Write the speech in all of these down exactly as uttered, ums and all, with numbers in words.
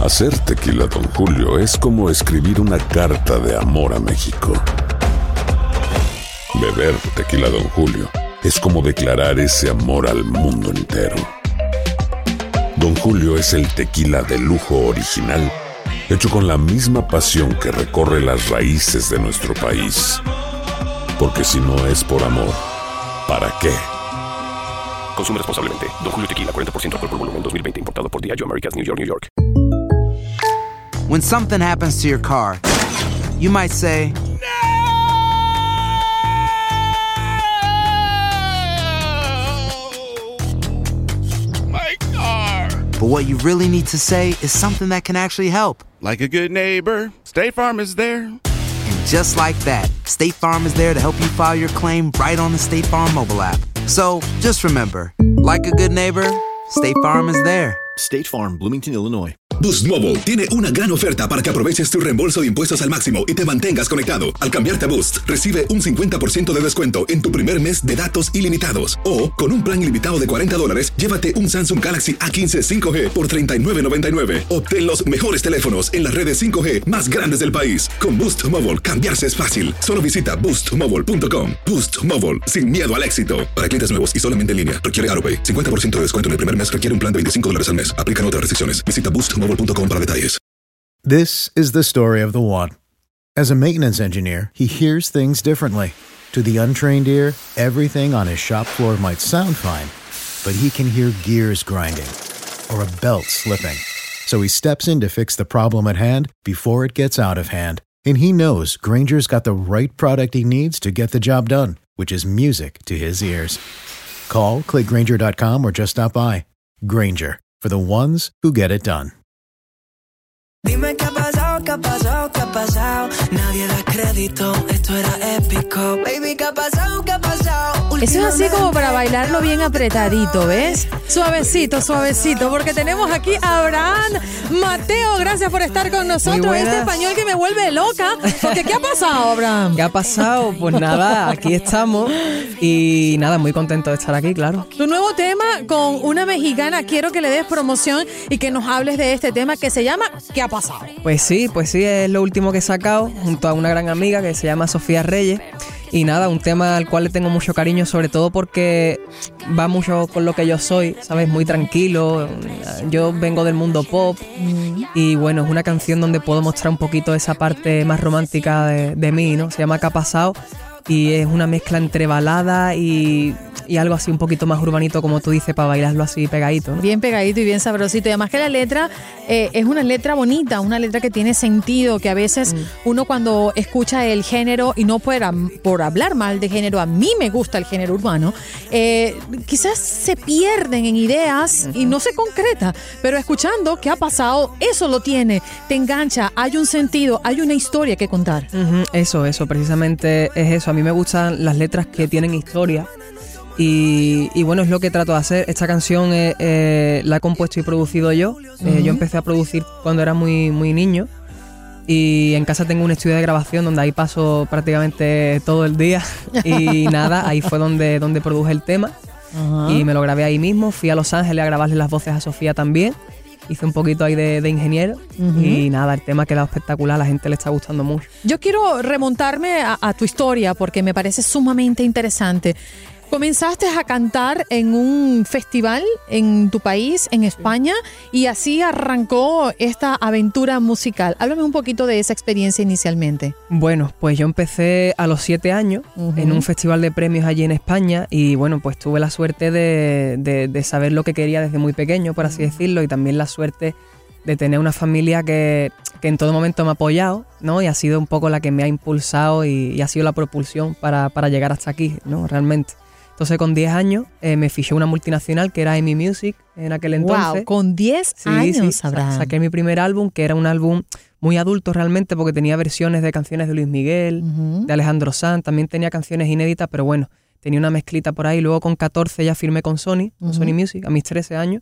Hacer tequila Don Julio es como escribir una carta de amor a México. Beber tequila Don Julio es como declarar ese amor al mundo entero. Don Julio es el tequila de lujo original, hecho con la misma pasión que recorre las raíces de nuestro país. Porque si no es por amor, ¿para qué? Consume responsablemente. Don Julio Tequila, cuarenta por ciento alcohol por volumen, dos mil veinte, importado por Diageo Americas, New York, New York. When something happens to your car, you might say, but what you really need to say is something that can actually help. Like a good neighbor, State Farm is there. And just like that, State Farm is there to help you file your claim right on the State Farm mobile app. So just remember, like a good neighbor, State Farm is there. State Farm, Bloomington, Illinois. Boost Mobile tiene una gran oferta para que aproveches tu reembolso de impuestos al máximo y te mantengas conectado. Al cambiarte a Boost, recibe un cincuenta por ciento de descuento en tu primer mes de datos ilimitados. O, con un plan ilimitado de cuarenta dólares, llévate un Samsung Galaxy A quince cinco G por treinta y nueve noventa y nueve. Obtén los mejores teléfonos en las redes cinco G más grandes del país. Con Boost Mobile, cambiarse es fácil. Solo visita boost mobile punto com. Boost Mobile, sin miedo al éxito. Para clientes nuevos y solamente en línea, requiere AutoPay. cincuenta por ciento de descuento en el primer mes requiere un plan de veinticinco dólares al mes. Aplican otras restricciones. Visita boost mobile punto com para detalles. This is the story of the one. As a maintenance engineer, he hears things differently. To the untrained ear, everything on his shop floor might sound fine, but he can hear gears grinding or a belt slipping. So he steps in to fix the problem at hand before it gets out of hand. And he knows Grainger's got the right product he needs to get the job done, which is music to his ears. Call, click Grainger dot com, or just stop by. Grainger, for the ones who get it done. Dime qué ha pasado, qué ha pasado, qué ha pasado. Nadie da crédito, esto era épico. Baby, qué ha pasado, qué ha pasado. Eso es así como para bailarlo bien apretadito, ¿ves? Suavecito, suavecito, porque tenemos aquí a Abraham Mateo. Gracias por estar con nosotros. Este español que me vuelve loca. Porque ¿qué ha pasado, Abraham? ¿Qué ha pasado? Pues nada, aquí estamos. Y nada, muy contento de estar aquí, claro. Tu nuevo tema con una mexicana, quiero que le des promoción y que nos hables de este tema que se llama ¿Qué ha pasado? Pues sí, pues sí, es lo último que he sacado junto a una gran amiga que se llama Sofía Reyes. Y nada, un tema al cual le tengo mucho cariño, sobre todo porque va mucho con lo que yo soy, ¿sabes? Muy tranquilo. Yo vengo del mundo pop y bueno, es una canción donde puedo mostrar un poquito esa parte más romántica de, de mí, ¿no? Se llama ¿Qué ha pasado? Y es una mezcla entre balada y, y algo así un poquito más urbanito, como tú dices, para bailarlo así pegadito, ¿no? Bien pegadito y bien sabrosito. Y además que la letra eh, es una letra bonita, una letra que tiene sentido, que a veces mm. uno cuando escucha el género, y no por, por hablar mal de género, a mí me gusta el género urbano, eh, quizás se pierden en ideas uh-huh. y no se concreta, pero escuchando ¿Qué ha pasado? Eso lo tiene, te engancha, hay un sentido, hay una historia que contar. Uh-huh. Eso, eso, precisamente es eso. A mí me gustan las letras que tienen historia y, y bueno, es lo que trato de hacer. Esta canción eh, eh, la he compuesto y producido yo. Uh-huh. Eh, yo empecé a producir cuando era muy, muy niño y en casa tengo un estudio de grabación donde ahí paso prácticamente todo el día y nada, ahí fue donde, donde produje el tema. Uh-huh. Y me lo grabé ahí mismo. Fui a Los Ángeles a grabarle las voces a Sofía también. Hice un poquito ahí de, de ingeniero uh-huh. y nada, el tema ha quedado espectacular, a la gente le está gustando mucho. Yo quiero remontarme a, a tu historia porque me parece sumamente interesante. Comenzaste a cantar en un festival en tu país, en España, y así arrancó esta aventura musical. Háblame un poquito de esa experiencia inicialmente. Bueno, pues yo empecé a los siete años uh-huh. en un festival de premios allí en España y bueno, pues tuve la suerte de, de, de saber lo que quería desde muy pequeño, por así decirlo, y también la suerte de tener una familia que, que en todo momento me ha apoyado, ¿no? Y ha sido un poco la que me ha impulsado y, y ha sido la propulsión para, para llegar hasta aquí, ¿no? Realmente. Entonces con diez años eh, me fiché una multinacional que era EMI Music en aquel entonces. Wow, con diez sí, años, sí, Abraham. Saqué mi primer álbum, que era un álbum muy adulto realmente porque tenía versiones de canciones de Luis Miguel, uh-huh. de Alejandro Sanz, también tenía canciones inéditas, pero bueno, tenía una mezclita por ahí. Luego con catorce ya firmé con Sony, con uh-huh. Sony Music, a mis trece años.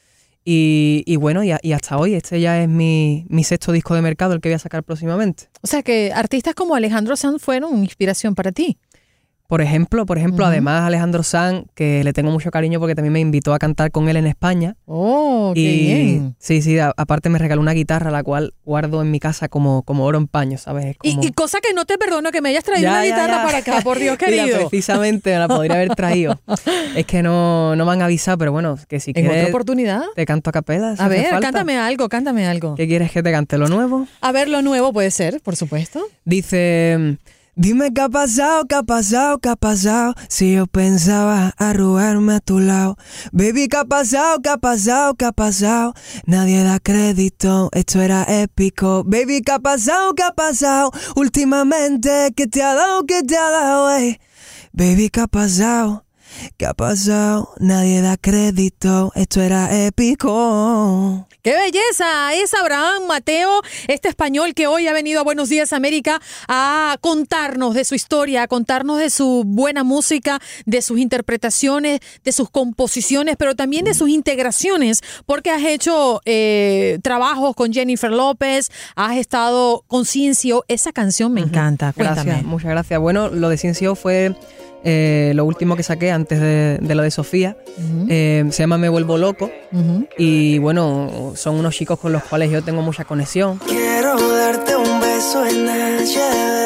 Y, y bueno, y, y hasta hoy, este ya es mi, mi sexto disco de mercado, el que voy a sacar próximamente. O sea que artistas como Alejandro Sanz fueron inspiración para ti. Por ejemplo, por ejemplo, Ujú. además Alejandro Sanz, que le tengo mucho cariño porque también me invitó a cantar con él en España. Oh, qué y bien. sí, sí, a- aparte me regaló una guitarra, la cual guardo en mi casa como, como oro en paño, ¿sabes? Es Y, como- y cosa que no te perdono que me hayas traído Ya, una ya, guitarra ya. para acá, por Dios Mira, querido. precisamente me la podría haber traído. Es que no, no me han avisado, pero bueno, que si En otra quieres oportunidad. te canto a capela. si A hace ver, falta. cántame algo, cántame algo. ¿Qué quieres que te cante? ¿Lo nuevo? A ver, lo nuevo puede ser, por supuesto. Dice, dime qué ha pasado, qué ha pasado, qué ha pasado, si yo pensaba arrugarme a tu lado. Baby, qué ha pasado, qué ha pasado, qué ha pasado, nadie da crédito, esto era épico. Baby, qué ha pasado, qué ha pasado, últimamente, qué te ha dado, qué te ha dado, ey. Baby, qué ha pasado, qué ha pasado, nadie da crédito, esto era épico. ¡Qué belleza! Es Abraham Mateo, este español que hoy ha venido a Buenos Días América a contarnos de su historia, a contarnos de su buena música, de sus interpretaciones, de sus composiciones, pero también de sus integraciones, porque has hecho eh, trabajos con Jennifer López, has estado con C N C O. Esa canción me encanta. Cuéntame. Gracias, muchas gracias. Bueno, lo de C N C O fue eh, lo último que saqué antes de, de lo de Sofía. Ujú. Eh, se llama Me Vuelvo Loco. Ujú. Y bueno, son unos chicos con los cuales yo tengo mucha conexión. Quiero darte un beso en H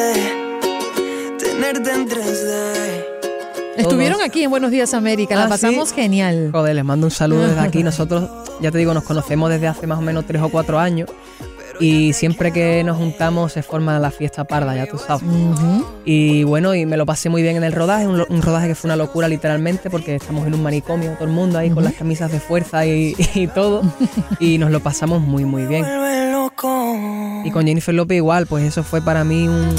D, tenerte en tres D. Estuvieron Todos. aquí en Buenos Días América, la Ah, pasamos ¿sí? genial. Joder, les mando un saludo desde aquí. Nosotros, ya te digo, nos conocemos desde hace más o menos tres o cuatro años. Y siempre que nos juntamos se forma la fiesta parda, ya tú sabes. Ujú. Y bueno, y me lo pasé muy bien en el rodaje, un, lo- un rodaje que fue una locura literalmente, porque estamos en un manicomio, todo el mundo ahí con las camisas de fuerza y, y todo, y nos lo pasamos muy muy bien. Vuelve loco. Y con Jennifer López igual, pues eso fue para mí un,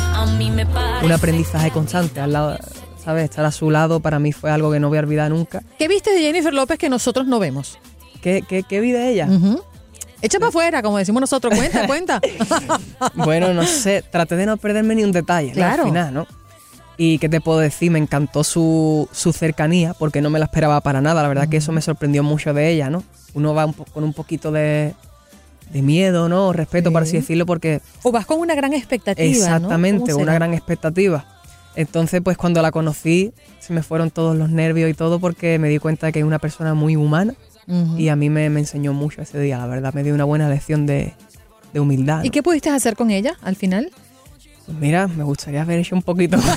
un aprendizaje constante, al lado, ¿sabes? Estar a su lado para mí fue algo que no voy a olvidar nunca. ¿Qué viste de Jennifer López que nosotros no vemos? ¿Qué, qué, qué vida ella? Ujú. Echa para afuera, como decimos nosotros. Cuenta, cuenta. Bueno, no sé, traté de no perderme ni un detalle, ¿no? Claro. Al final, ¿no? Y qué te puedo decir, me encantó su, su cercanía, porque no me la esperaba para nada. La verdad que eso me sorprendió mucho de ella, ¿no? Uno va un po- con un poquito de, de miedo, ¿no? O respeto, Sí. por así decirlo, porque O vas con una gran expectativa, ¿no? exactamente, ¿Cómo una será? gran expectativa. Entonces, pues cuando la conocí, se me fueron todos los nervios y todo, porque me di cuenta de que es una persona muy humana. Ujú. Y a mí me, me enseñó mucho ese día, la verdad, me dio una buena lección de, de humildad, ¿no? ¿Y qué pudiste hacer con ella al final? Pues mira, me gustaría haber hecho un poquito más.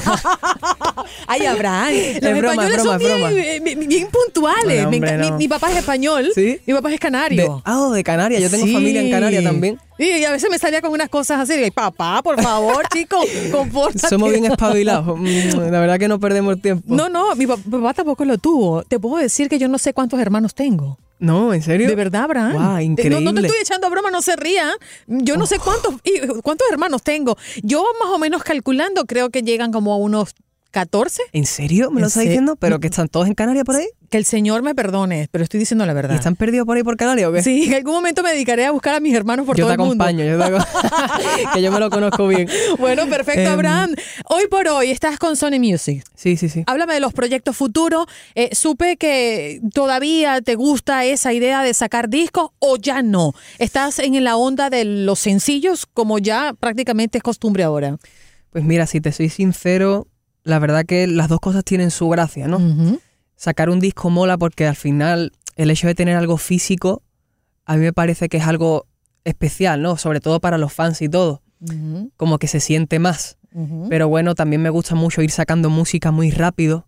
Ay, Abraham, los Es broma, españoles es broma, son es broma. bien, bien- bien puntuales. Bueno, Me hombre, enca- mi, no. mi papá es español, ¿Sí? mi papá es De, canario. ah, oh, de Canarias, yo tengo Sí. familia en Canarias también. Y a veces me salía con unas cosas así. Y, papá, por favor, chico, compórtate. Somos bien espabilados, Mm, la verdad que no perdemos el tiempo. No, no, mi pa- papá tampoco lo tuvo. Te puedo decir que yo no sé cuántos hermanos tengo. No, ¿en serio? De verdad, Abraham. Guau, Eh, increíble. No, no te estoy echando a broma, no se ría. Yo no sé cuántos, y- cuántos hermanos tengo. Yo más o menos calculando creo que llegan como a unos catorce. ¿En serio? ¿Me lo ¿En estás se- diciendo? ¿Pero que están todos en Canarias por ahí? Que el Señor me perdone, pero estoy diciendo la verdad. ¿Y están perdidos por ahí por Canarias o qué? Sí, en algún momento me dedicaré a buscar a mis hermanos por yo todo te el mundo. acompaño, yo te aco- que yo me lo conozco bien. Bueno, perfecto, Em, Abraham. Hoy por hoy estás con Sony Music. Sí, sí, sí. Háblame de los proyectos futuros. Eh, supe que todavía te gusta esa idea de sacar discos o ya no. ¿Estás en la onda de los sencillos como ya prácticamente es costumbre ahora? Pues mira, si te soy sincero, la verdad que las dos cosas tienen su gracia, ¿no? Ujú. Sacar un disco mola porque al final el hecho de tener algo físico a mí me parece que es algo especial, ¿no? Sobre todo para los fans y todo. Ujú, Como que se siente más. ujú. Pero bueno, también me gusta mucho ir sacando música muy rápido.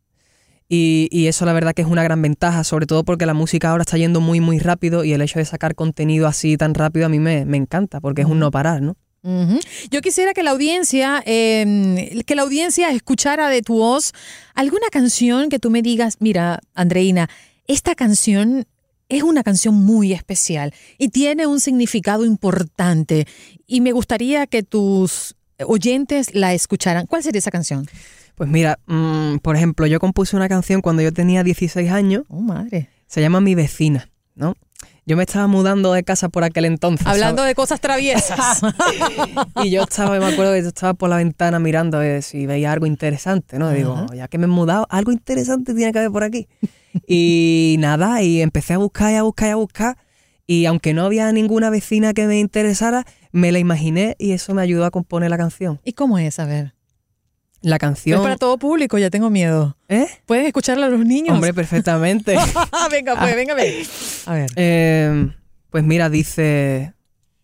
Y, y eso la verdad que es una gran ventaja, sobre todo porque la música ahora está yendo muy, muy rápido y el hecho de sacar contenido así tan rápido a mí me, me encanta porque es un no parar, ¿no? Ujú. Yo quisiera que la audiencia, eh, que la audiencia escuchara de tu voz alguna canción que tú me digas, mira, Andreina, esta canción es una canción muy especial y tiene un significado importante y me gustaría que tus oyentes la escucharan. ¿Cuál sería esa canción? Pues mira, mmm, por ejemplo, yo compuse una canción cuando yo tenía dieciséis años, Oh, madre. se llama Mi Vecina, ¿no? Yo me estaba mudando de casa por aquel entonces. Hablando ¿sabes? de cosas traviesas. Y yo estaba, me acuerdo que yo estaba por la ventana mirando a ver si veía algo interesante, ¿no? Digo, Ajá. ya que me he mudado, algo interesante tiene que haber por aquí. Y nada, y empecé a buscar y a buscar y a buscar. Y aunque no había ninguna vecina que me interesara, me la imaginé y eso me ayudó a componer la canción. ¿Y cómo es? A ver. La canción... Es para todo público, ya tengo miedo. ¿Eh? ¿Pueden escucharla los niños? Hombre, perfectamente. venga, pues, venga, venga. A ver. Eh, pues mira, dice...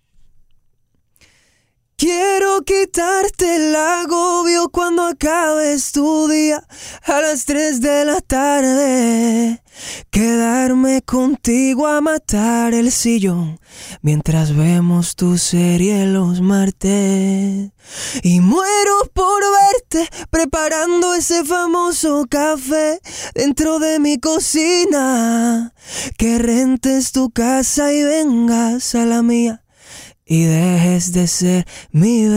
Quiero quitarte el agobio cuando acabes tu día a las tres de la tarde. Quedarme contigo a matar el sillón mientras vemos tu serie los martes. Y muero por verte preparando ese famoso café dentro de mi cocina. Que rentes tu casa y vengas a la mía. Y dejes de ser mi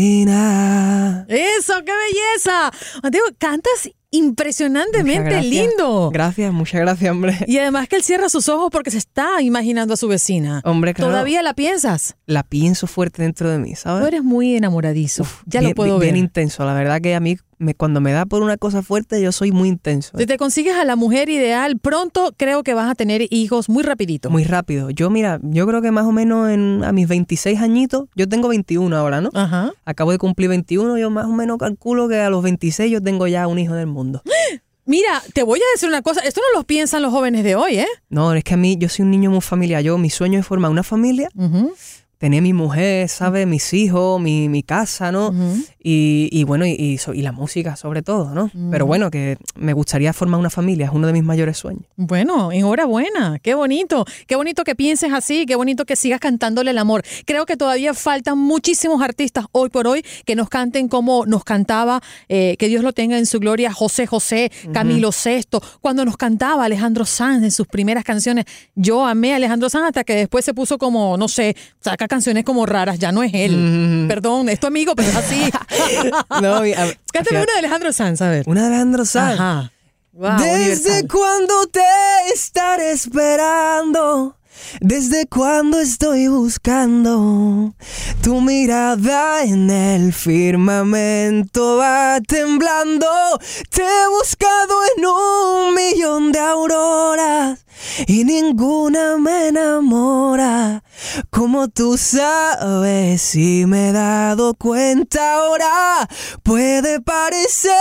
vecina. ¡Eso, qué belleza! Mateo, cantas impresionantemente lindo. Gracias, muchas gracias, hombre. Y además que él cierra sus ojos porque se está imaginando a su vecina. Hombre, claro. ¿Todavía la piensas? La pienso fuerte dentro de mí, ¿sabes? Tú eres muy enamoradizo. Uf, ya bien, lo puedo bien, ver. Bien intenso. La verdad que a mí, me, cuando me da por una cosa fuerte, yo soy muy intenso. Si te consigues a la mujer ideal, pronto creo que vas a tener hijos muy rapidito. Muy rápido. Yo, mira, yo creo que más o menos en, a mis veintiséis añitos, yo tengo veintiuno ahora, ¿no? Ajá. Acabo de cumplir veintiuno, yo más o menos calculo que a los veintiséis yo tengo ya un hijo del mundo. Mira, te voy a decir una cosa, esto no lo piensan los jóvenes de hoy, ¿eh? No, es que a mí, yo soy un niño muy familiar. Yo, mi sueño es formar una familia, uh-huh. tener mi mujer, ¿sabes? Mis hijos, mi, mi casa, ¿no? Uh-huh. Y, y bueno, y, y, y la música sobre todo, ¿no? Uh-huh. Pero bueno, que me gustaría formar una familia, es uno de mis mayores sueños. Bueno, enhorabuena, qué bonito, qué bonito que pienses así, qué bonito que sigas cantándole el amor. Creo que todavía faltan muchísimos artistas hoy por hoy que nos canten como nos cantaba, eh, que Dios lo tenga en su gloria, José José, Camilo uh-huh. Sesto, cuando nos cantaba Alejandro Sanz en sus primeras canciones. Yo amé a Alejandro Sanz hasta que después se puso como, no sé, saca canciones como raras, ya no es él. Uh-huh. Perdón, es tu amigo, pero es así. No, a, cántame a, una de Alejandro Sanz, a ver. Una de Alejandro Sanz. Ajá. Wow, Desde universal. cuando te estaré esperando, desde cuando estoy buscando tu mirada en el firmamento va temblando. Te he buscado en un millón de auroras y ninguna me enamora como tú sabes, y me he dado cuenta ahora. Puede parecer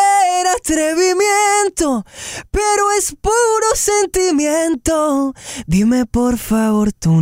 atrevimiento, pero es puro sentimiento. Dime por favor tu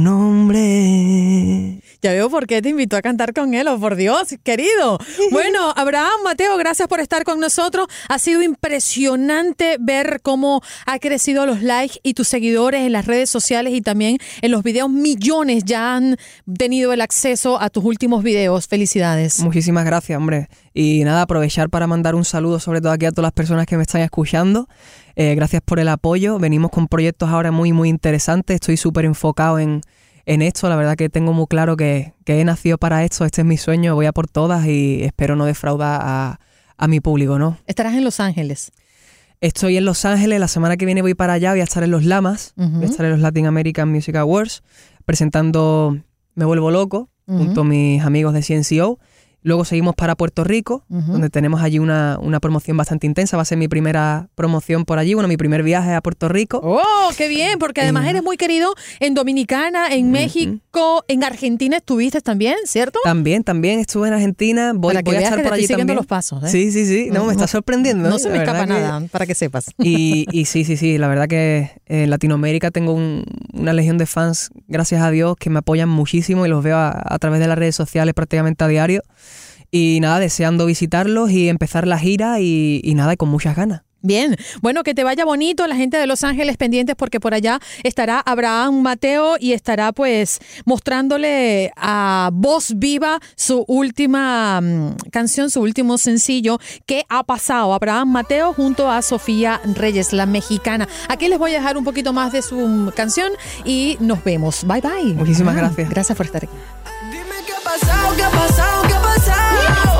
nombre. Ya veo por qué te invitó a cantar con él, oh por Dios, querido. Bueno, Abraham Mateo, gracias por estar con nosotros. Ha sido impresionante ver cómo ha crecido los likes y tus seguidores en las redes sociales y también en los videos. Millones ya han tenido el acceso a tus últimos videos. Felicidades. Muchísimas gracias, hombre. Y nada, aprovechar para mandar un saludo sobre todo aquí a todas las personas que me están escuchando. Eh, gracias por el apoyo. Venimos con proyectos ahora muy, muy interesantes. Estoy súper enfocado en, en esto. La verdad que tengo muy claro que, que he nacido para esto. Este es mi sueño. Voy a por todas y espero no defraudar a, a mi público, ¿no? Estarás en Los Ángeles. Estoy en Los Ángeles. La semana que viene voy para allá. Voy a estar en los Lamas. Uh-huh. Voy a estar en los Latin American Music Awards presentando Me Vuelvo Loco uh-huh. junto a mis amigos de C N C O. Luego seguimos para Puerto Rico, uh-huh. donde tenemos allí una, una promoción bastante intensa. Va a ser mi primera promoción por allí, bueno, mi primer viaje a Puerto Rico. ¡Oh, qué bien! Porque además uh-huh. eres muy querido en Dominicana, en uh-huh. México, en Argentina estuviste también, ¿cierto? También, también estuve en Argentina. Voy, para que voy a veas estar que por te allí estoy siguiendo también. los pasos, ¿eh? Sí, sí, sí. No, me está sorprendiendo. No ¿eh? se me escapa que... nada, para que sepas. Y, y sí, sí, sí. La verdad que en Latinoamérica tengo un, una legión de fans, gracias a Dios, que me apoyan muchísimo y los veo a, a través de las redes sociales prácticamente a diario. Y nada, deseando visitarlos y empezar la gira y, y nada, y con muchas ganas. Bien, bueno, que te vaya bonito, la gente de Los Ángeles pendientes porque por allá estará Abraham Mateo y estará pues mostrándole a voz viva su última um, canción, su último sencillo, ¿Qué ha pasado? Abraham Mateo junto a Sofía Reyes, la mexicana. Aquí les voy a dejar un poquito más de su canción y nos vemos. Bye, bye. Muchísimas ah, gracias. Gracias por estar aquí. Dime qué ha pasado, qué ha pasado, qué ha pasado.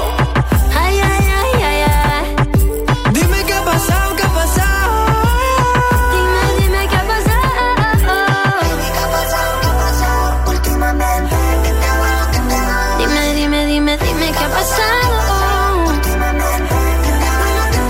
Ay, ay, ay, ay, ay. Dime qué ha pasado, qué ha pasado. Dime, dime qué ha pasado. Dime qué ha pasado, qué ha pasado. Últimamente, que te hago, que te hago. Dime, dime, dime, dime qué ha pasado. Últimamente, que te hago, que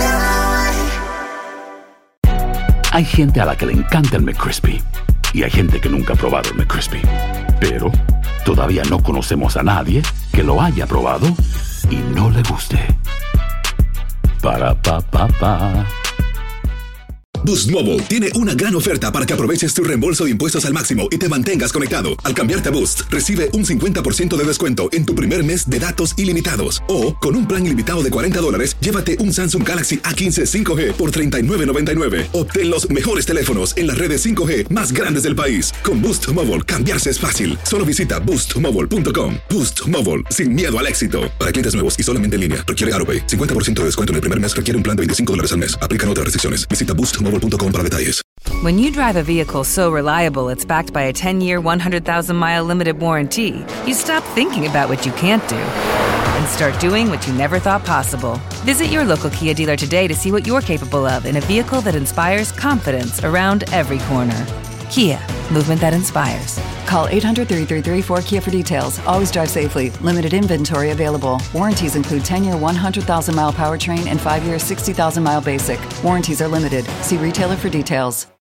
te hago. Hay gente a la que le encanta el McCrispy y hay gente que nunca ha probado el McCrispy. Pero todavía no conocemos a nadie que lo haya probado y no le guste. Para, pa, pa, pa. Boost Mobile tiene una gran oferta para que aproveches tu reembolso de impuestos al máximo y te mantengas conectado. Al cambiarte a Boost, recibe un cincuenta por ciento de descuento en tu primer mes de datos ilimitados. O, con un plan ilimitado de cuarenta dólares, llévate un Samsung Galaxy A quince cinco G por treinta y nueve noventa y nueve. Obtén los mejores teléfonos en las redes cinco G más grandes del país. Con Boost Mobile, cambiarse es fácil. Solo visita boost mobile punto com. Boost Mobile, sin miedo al éxito. Para clientes nuevos y solamente en línea, requiere AroPay. cincuenta por ciento de descuento en el primer mes, requiere un plan de veinticinco dólares al mes. Aplican otras restricciones. Visita boost mobile punto com para detalles. When you drive a vehicle so reliable it's backed by a ten-year, one hundred thousand mile limited warranty, you stop thinking about what you can't do and start doing what you never thought possible. Visit your local Kia dealer today to see what you're capable of in a vehicle that inspires confidence around every corner. Kia, movement that inspires. Call eight hundred, three three three, four Kia for details. Always drive safely. Limited inventory available. Warranties include ten-year, one hundred thousand mile powertrain and five-year, sixty thousand mile basic. Warranties are limited. See retailer for details.